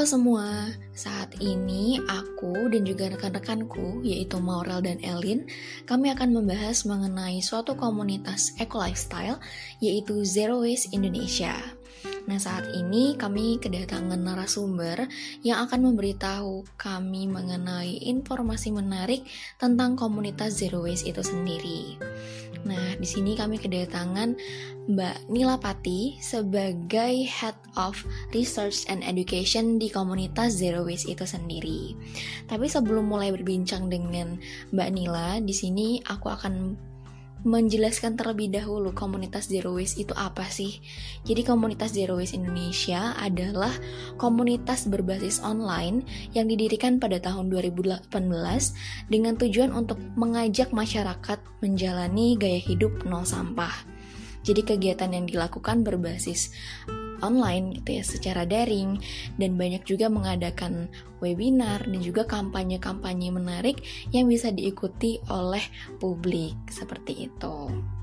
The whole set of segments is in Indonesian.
semua, saat ini aku dan juga rekan-rekanku yaitu Maurel dan Elin, kami akan membahas mengenai suatu komunitas eco lifestyle yaitu Zero Waste Indonesia. Nah, saat ini kami kedatangan narasumber yang akan memberitahu kami mengenai informasi menarik tentang komunitas Zero Waste itu sendiri. Nah, di sini kami kedatangan Mbak Nila Pati sebagai Head of Research and Education di komunitas Zero Waste itu sendiri. Tapi sebelum mulai berbincang dengan Mbak Nila, di sini aku akan menjelaskan terlebih dahulu komunitas Zero Waste itu apa sih. Jadi komunitas Zero Waste Indonesia adalah komunitas berbasis online yang didirikan pada tahun 2018 dengan tujuan untuk mengajak masyarakat menjalani gaya hidup nol sampah. Jadi kegiatan yang dilakukan berbasis online gitu ya, secara daring, dan banyak juga mengadakan webinar dan juga kampanye-kampanye menarik yang bisa diikuti oleh publik seperti itu.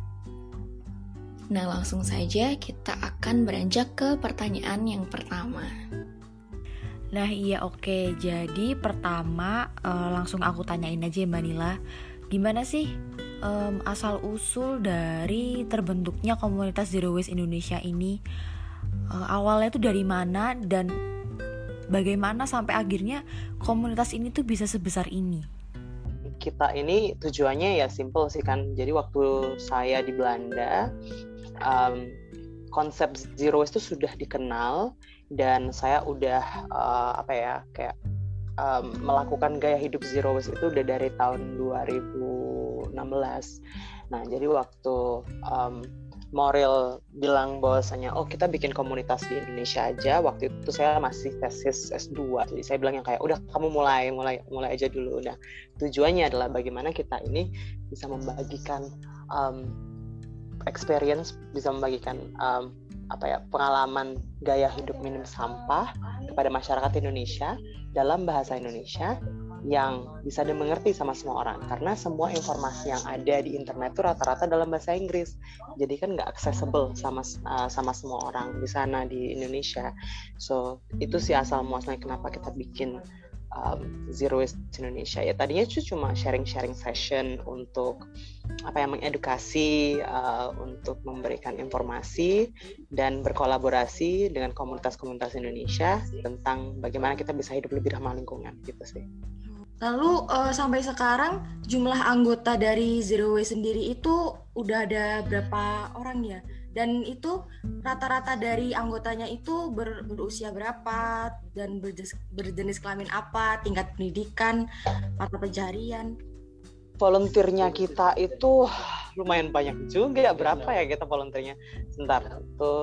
Nah, langsung saja kita akan beranjak ke pertanyaan yang pertama. Nah iya oke, jadi pertama langsung aku tanyain aja Mbak Nila, gimana sih asal-usul dari terbentuknya komunitas Zero Waste Indonesia ini? Awalnya itu dari mana dan bagaimana sampai akhirnya komunitas ini tuh bisa sebesar ini? Kita ini tujuannya ya simple sih kan. Jadi waktu saya di Belanda, konsep Zero Waste itu sudah dikenal dan saya udah melakukan gaya hidup Zero Waste itu udah dari tahun 2016. Nah, jadi waktu Maurel bilang bahwasanya kita bikin komunitas di Indonesia aja. Waktu itu saya masih tesis S2. Jadi saya bilang yang kayak udah kamu mulai aja dulu. Nah, tujuannya adalah bagaimana kita ini bisa membagikan experience, bisa membagikan pengalaman gaya hidup minim sampah kepada masyarakat Indonesia dalam bahasa Indonesia yang bisa dimengerti sama semua orang, karena semua informasi yang ada di internet itu rata-rata dalam bahasa Inggris, jadi kan nggak accessible sama semua orang di sana di Indonesia. So itu sih asal muasalnya kenapa kita bikin Zero Waste Indonesia. Ya tadinya itu cuma sharing session untuk mengedukasi, untuk memberikan informasi dan berkolaborasi dengan komunitas-komunitas Indonesia tentang bagaimana kita bisa hidup lebih ramah lingkungan gitu sih. Lalu sampai sekarang jumlah anggota dari Zero Waste sendiri itu udah ada berapa orang ya? Dan itu rata-rata dari anggotanya itu berusia berapa dan berjenis kelamin apa, tingkat pendidikan, mata pencaharian? Volunteernya kita itu lumayan banyak juga. Berapa ya kita volunteernya? Sebentar, itu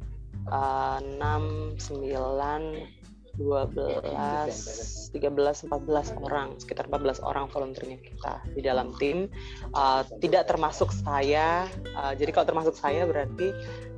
6, 9, 12, 13, 14 orang, sekitar 14 orang volunteernya kita di dalam tim, tidak termasuk saya. Jadi kalau termasuk saya berarti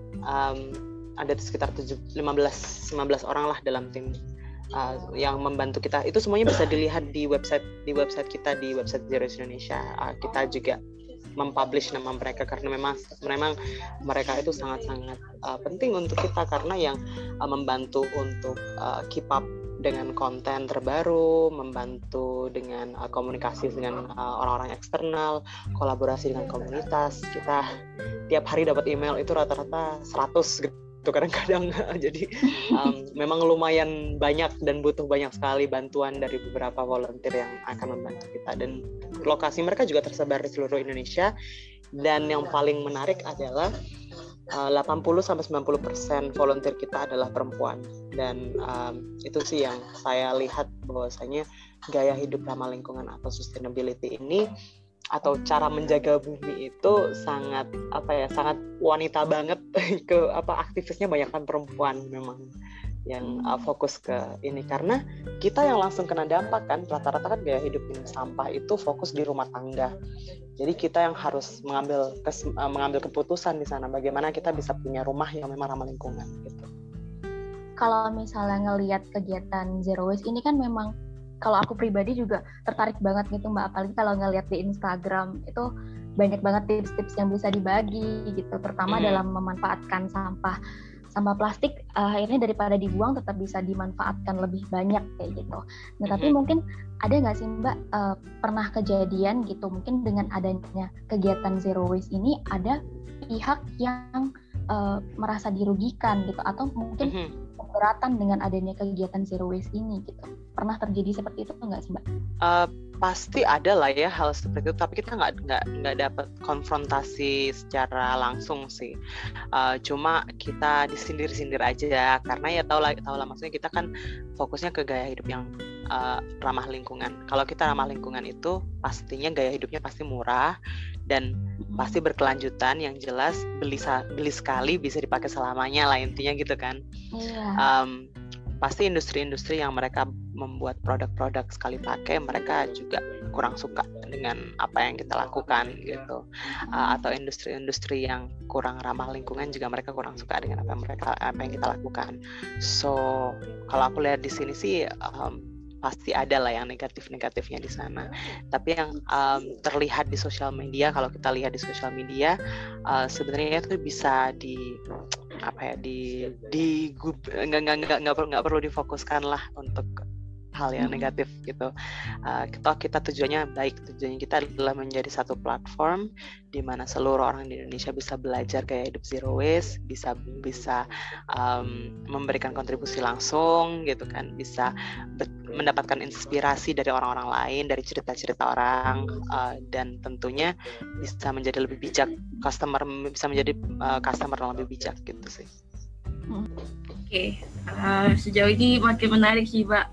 ada sekitar 15 orang lah dalam tim yang membantu kita. Itu semuanya bisa dilihat di website kita, di website Zero Waste Indonesia. Kita juga mempublish nama mereka karena memang mereka itu sangat-sangat penting untuk kita, karena yang membantu untuk keep up dengan konten terbaru, membantu dengan komunikasi dengan orang-orang eksternal, kolaborasi dengan komunitas. Kita tiap hari dapat email itu rata-rata 100 gitu kadang-kadang. Jadi memang lumayan banyak dan butuh banyak sekali bantuan dari beberapa volunteer yang akan membantu kita, dan lokasi mereka juga tersebar di seluruh Indonesia. Dan yang paling menarik adalah 80-90% volunteer kita adalah perempuan, dan itu sih yang saya lihat bahwasanya gaya hidup ramah lingkungan atau sustainability ini atau cara menjaga bumi itu sangat wanita banget. Aktivisnya banyak kan perempuan memang yang fokus ke ini, karena kita yang langsung kena dampak kan. Rata-rata kan gaya hidup minim sampah itu fokus di rumah tangga, jadi kita yang harus mengambil keputusan di sana bagaimana kita bisa punya rumah yang memang ramah lingkungan gitu. Kalau misalnya ngelihat kegiatan Zero Waste ini kan memang, kalau aku pribadi juga tertarik banget gitu Mbak, apalagi kalau ngelihat di Instagram itu banyak banget tips-tips yang bisa dibagi gitu, terutama dalam memanfaatkan sampah. sampah plastik akhirnya daripada dibuang tetap bisa dimanfaatkan lebih banyak kayak gitu. Nah tapi mungkin ada nggak sih Mbak pernah kejadian gitu mungkin dengan adanya kegiatan zero waste ini ada pihak yang merasa dirugikan gitu atau mungkin keberatan dengan adanya kegiatan zero waste ini gitu. Pernah terjadi seperti itu nggak sih Mbak? Pasti ada lah ya hal seperti itu, tapi kita nggak dapat konfrontasi secara langsung sih. Cuma kita disindir-sindir aja karena ya tahu lah maksudnya kita kan fokusnya ke gaya hidup yang ramah lingkungan. Kalau kita ramah lingkungan itu pastinya gaya hidupnya pasti murah dan pasti berkelanjutan, yang jelas beli sekali bisa dipakai selamanya lah intinya gitu kan. Pasti industri-industri yang mereka membuat produk-produk sekali pakai mereka juga kurang suka dengan apa yang kita lakukan gitu, atau industri-industri yang kurang ramah lingkungan juga mereka kurang suka dengan apa yang kita lakukan. So kalau aku lihat di sini sih pasti ada lah yang negatifnya di sana. Tapi yang terlihat di sosial media, kalau kita lihat di sosial media sebenarnya itu bisa nggak perlu difokuskan lah untuk hal yang negatif gitu. Kita tujuannya baik, tujuannya kita adalah menjadi satu platform di mana seluruh orang di Indonesia bisa belajar gaya hidup zero waste, bisa memberikan kontribusi langsung gitu kan, bisa mendapatkan inspirasi dari orang-orang lain, dari cerita-cerita orang, dan tentunya bisa menjadi lebih bijak, bisa menjadi customer yang lebih bijak gitu sih. Oke. Sejauh ini makin menarik sih Mbak.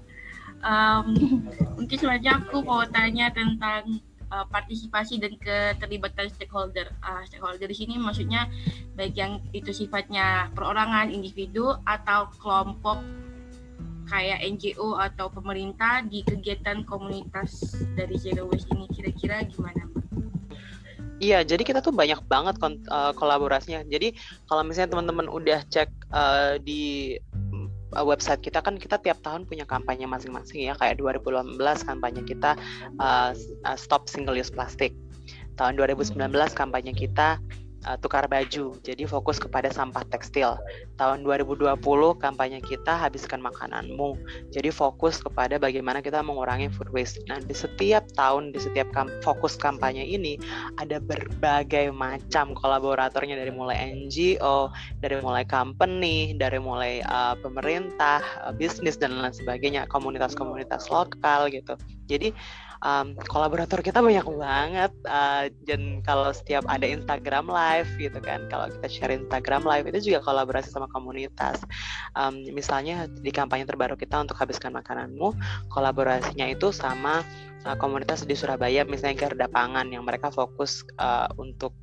Mungkin selanjutnya aku mau tanya tentang partisipasi dan keterlibatan stakeholder. Stakeholder di sini maksudnya baik yang itu sifatnya perorangan, individu atau kelompok kayak NGO atau pemerintah di kegiatan komunitas dari Zero Waste ini, kira-kira gimana Mbak? Iya, jadi kita tuh banyak banget kolaborasinya. Jadi kalau misalnya teman-teman udah cek di website kita kan kita tiap tahun punya kampanye masing-masing ya, kayak 2018 kampanye kita Stop Single Use Plastic. Tahun 2019 kampanye kita tukar baju, jadi fokus kepada sampah tekstil. Tahun 2020 kampanye kita Habiskan Makananmu, jadi fokus kepada bagaimana kita mengurangi food waste. Nah di setiap tahun, di setiap fokus kampanye ini ada berbagai macam kolaboratornya, dari mulai NGO, dari mulai company, dari mulai pemerintah, bisnis dan lain sebagainya, komunitas-komunitas lokal gitu. Jadi kolaborator kita banyak banget, dan kalau setiap ada Instagram live gitu kan, kalau kita share Instagram live itu juga kolaborasi sama komunitas. Misalnya di kampanye terbaru kita untuk Habiskan Makananmu, kolaborasinya itu sama komunitas di Surabaya, misalnya Garda Pangan, yang mereka fokus untuk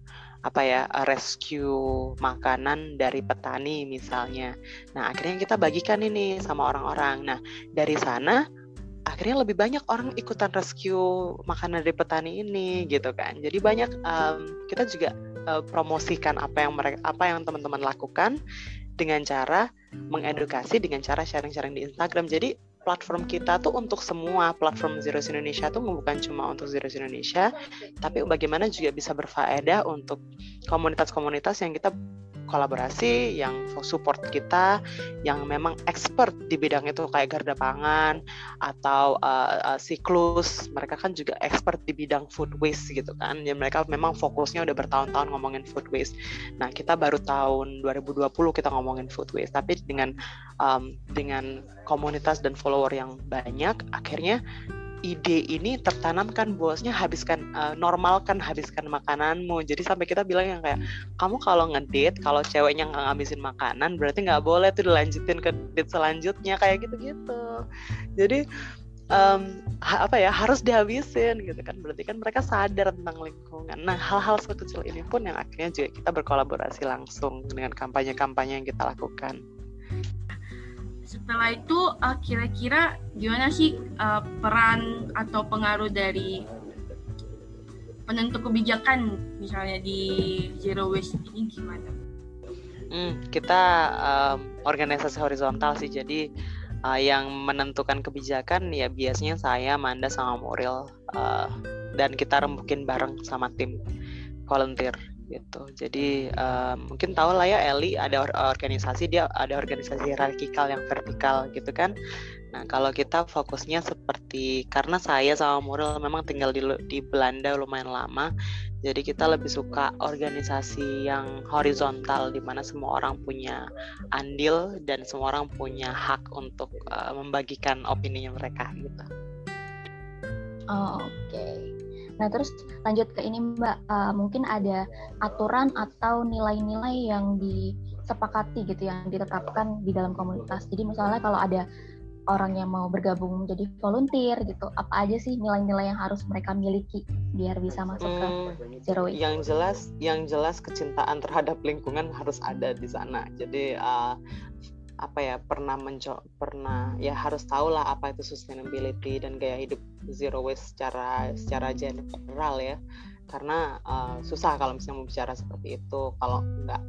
rescue makanan dari petani misalnya. Nah akhirnya kita bagikan ini sama orang-orang. Nah dari sana akhirnya lebih banyak orang ikutan rescue makanan dari petani ini gitu kan. Jadi banyak kita juga promosikan apa yang teman-teman lakukan dengan cara mengedukasi, dengan cara sharing-sharing di Instagram. Jadi platform kita tuh untuk semua, platform Zero Waste Indonesia tuh bukan cuma untuk Zero Waste Indonesia, tapi bagaimana juga bisa berfaedah untuk komunitas-komunitas yang kita kolaborasi, yang support kita, yang memang expert di bidang itu, kayak Garda Pangan atau Siklus. Mereka kan juga expert di bidang food waste gitu kan. Ya, mereka memang fokusnya udah bertahun-tahun ngomongin food waste. Nah kita baru tahun 2020 kita ngomongin food waste, tapi dengan komunitas dan follower yang banyak, akhirnya ide ini tertanamkan, bosnya normalkan habiskan makananmu. Jadi sampai kita bilang yang kayak, kamu kalau ngedate, kalau ceweknya nggak ngabisin makanan, berarti nggak boleh tuh dilanjutin ke date selanjutnya, kayak gitu-gitu. Jadi harus dihabisin gitu kan, berarti kan mereka sadar tentang lingkungan. Nah hal-hal sekecil ini pun yang akhirnya juga kita berkolaborasi langsung dengan kampanye-kampanye yang kita lakukan. Setelah itu kira-kira gimana sih peran atau pengaruh dari penentu kebijakan misalnya di Zero Waste ini gimana? Kita organisasi horizontal sih, jadi yang menentukan kebijakan ya biasanya saya, Manda sama Muril, dan kita rembukin bareng sama tim volunteer. gitu. Jadi mungkin tahu lah ya, Eli ada organisasi, dia ada organisasi hierarkikal yang vertikal gitu kan. Nah kalau kita fokusnya seperti, karena saya sama Murel memang tinggal di Belanda lumayan lama, jadi kita lebih suka organisasi yang horizontal, di mana semua orang punya andil dan semua orang punya hak untuk membagikan opininya mereka gitu. Oh, oke. Nah, terus lanjut ke ini Mbak, mungkin ada aturan atau nilai-nilai yang disepakati gitu, yang ditetapkan di dalam komunitas. Jadi misalnya kalau ada orang yang mau bergabung menjadi volunteer gitu, apa aja sih nilai-nilai yang harus mereka miliki biar bisa masuk ke Zero Waste? Yang jelas kecintaan terhadap lingkungan harus ada di sana. Jadi pernah ya harus tahu lah apa itu sustainability dan gaya hidup zero waste secara general ya, karena susah kalau misalnya mau bicara seperti itu kalau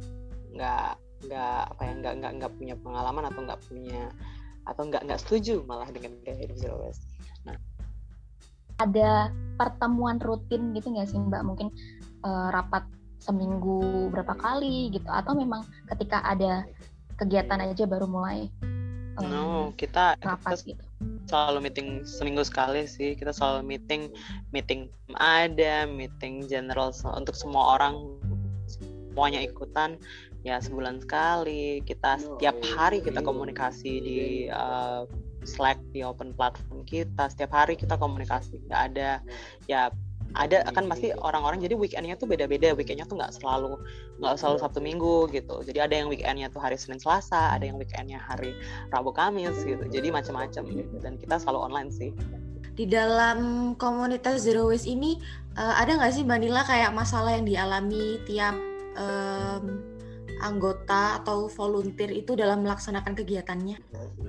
nggak punya pengalaman atau nggak setuju malah dengan gaya hidup zero waste. Nah, ada pertemuan rutin gitu nggak sih Mbak, mungkin rapat seminggu berapa kali gitu, atau memang ketika ada kegiatan aja baru mulai kita gitu? Selalu meeting seminggu sekali sih. Kita selalu meeting general untuk semua orang, semuanya ikutan ya, sebulan sekali. Kita setiap hari kita komunikasi di Slack, di open platform kita. Setiap hari kita komunikasi. Nggak ada ya, ada kan pasti orang-orang, jadi weekendnya tuh beda-beda. Weekendnya tuh nggak selalu Sabtu Minggu gitu. Jadi ada yang weekendnya tuh hari Senin Selasa, ada yang weekendnya hari Rabu Kamis gitu. Jadi macam-macam gitu. Dan kita selalu online sih. Di dalam komunitas Zero Waste ini ada nggak sih Mbak Nila kayak masalah yang dialami tiap anggota atau volunteer itu dalam melaksanakan kegiatannya?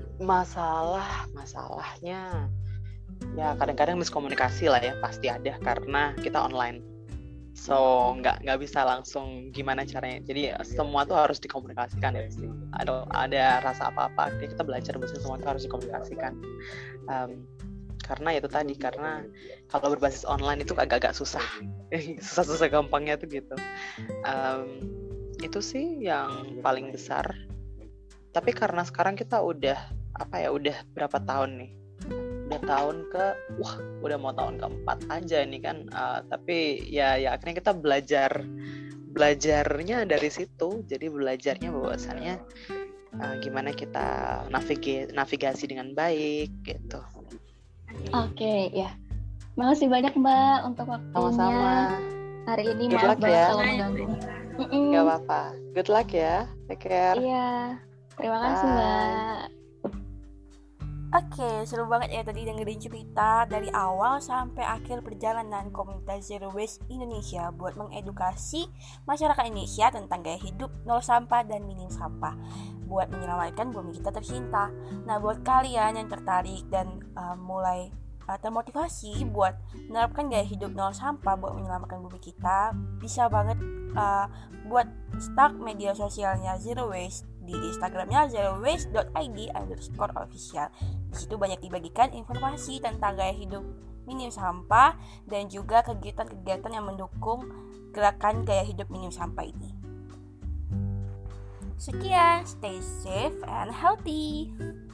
Masalahnya ya kadang-kadang miskomunikasi lah ya, pasti ada karena kita online, so nggak bisa langsung gimana caranya, jadi semua tuh harus dikomunikasikan ya sih. Ada rasa apa-apa kita belajar bahwa semua itu harus dikomunikasikan, karena itu tadi, karena kalau berbasis online itu agak-agak susah gampangnya tuh gitu. Itu sih yang paling besar. Tapi karena sekarang kita udah berapa tahun nih, udah mau tahun keempat aja ini kan, tapi ya akhirnya kita belajarnya dari situ. Jadi belajarnya bahwasannya gimana kita navigasi dengan baik gitu. Oke, ya. Makasih banyak Mbak untuk waktunya. Sama-sama. Hari ini Good maaf luck banget ya. kalau mengganggu. Gak apa-apa. Good luck ya. Take care. Iya. Terima kasih Bye. Mbak. Oke, seru banget ya tadi dengerin cerita dari awal sampai akhir perjalanan komunitas Zero Waste Indonesia buat mengedukasi masyarakat Indonesia tentang gaya hidup nol sampah dan minim sampah buat menyelamatkan bumi kita tercinta. Nah, buat kalian yang tertarik dan mulai termotivasi buat menerapkan gaya hidup nol sampah buat menyelamatkan bumi kita, bisa banget buat start media sosialnya Zero Waste di Instagramnya zerowaste.id_official. Di situ banyak dibagikan informasi tentang gaya hidup minim sampah dan juga kegiatan-kegiatan yang mendukung gerakan gaya hidup minim sampah ini. Sekian, stay safe and healthy.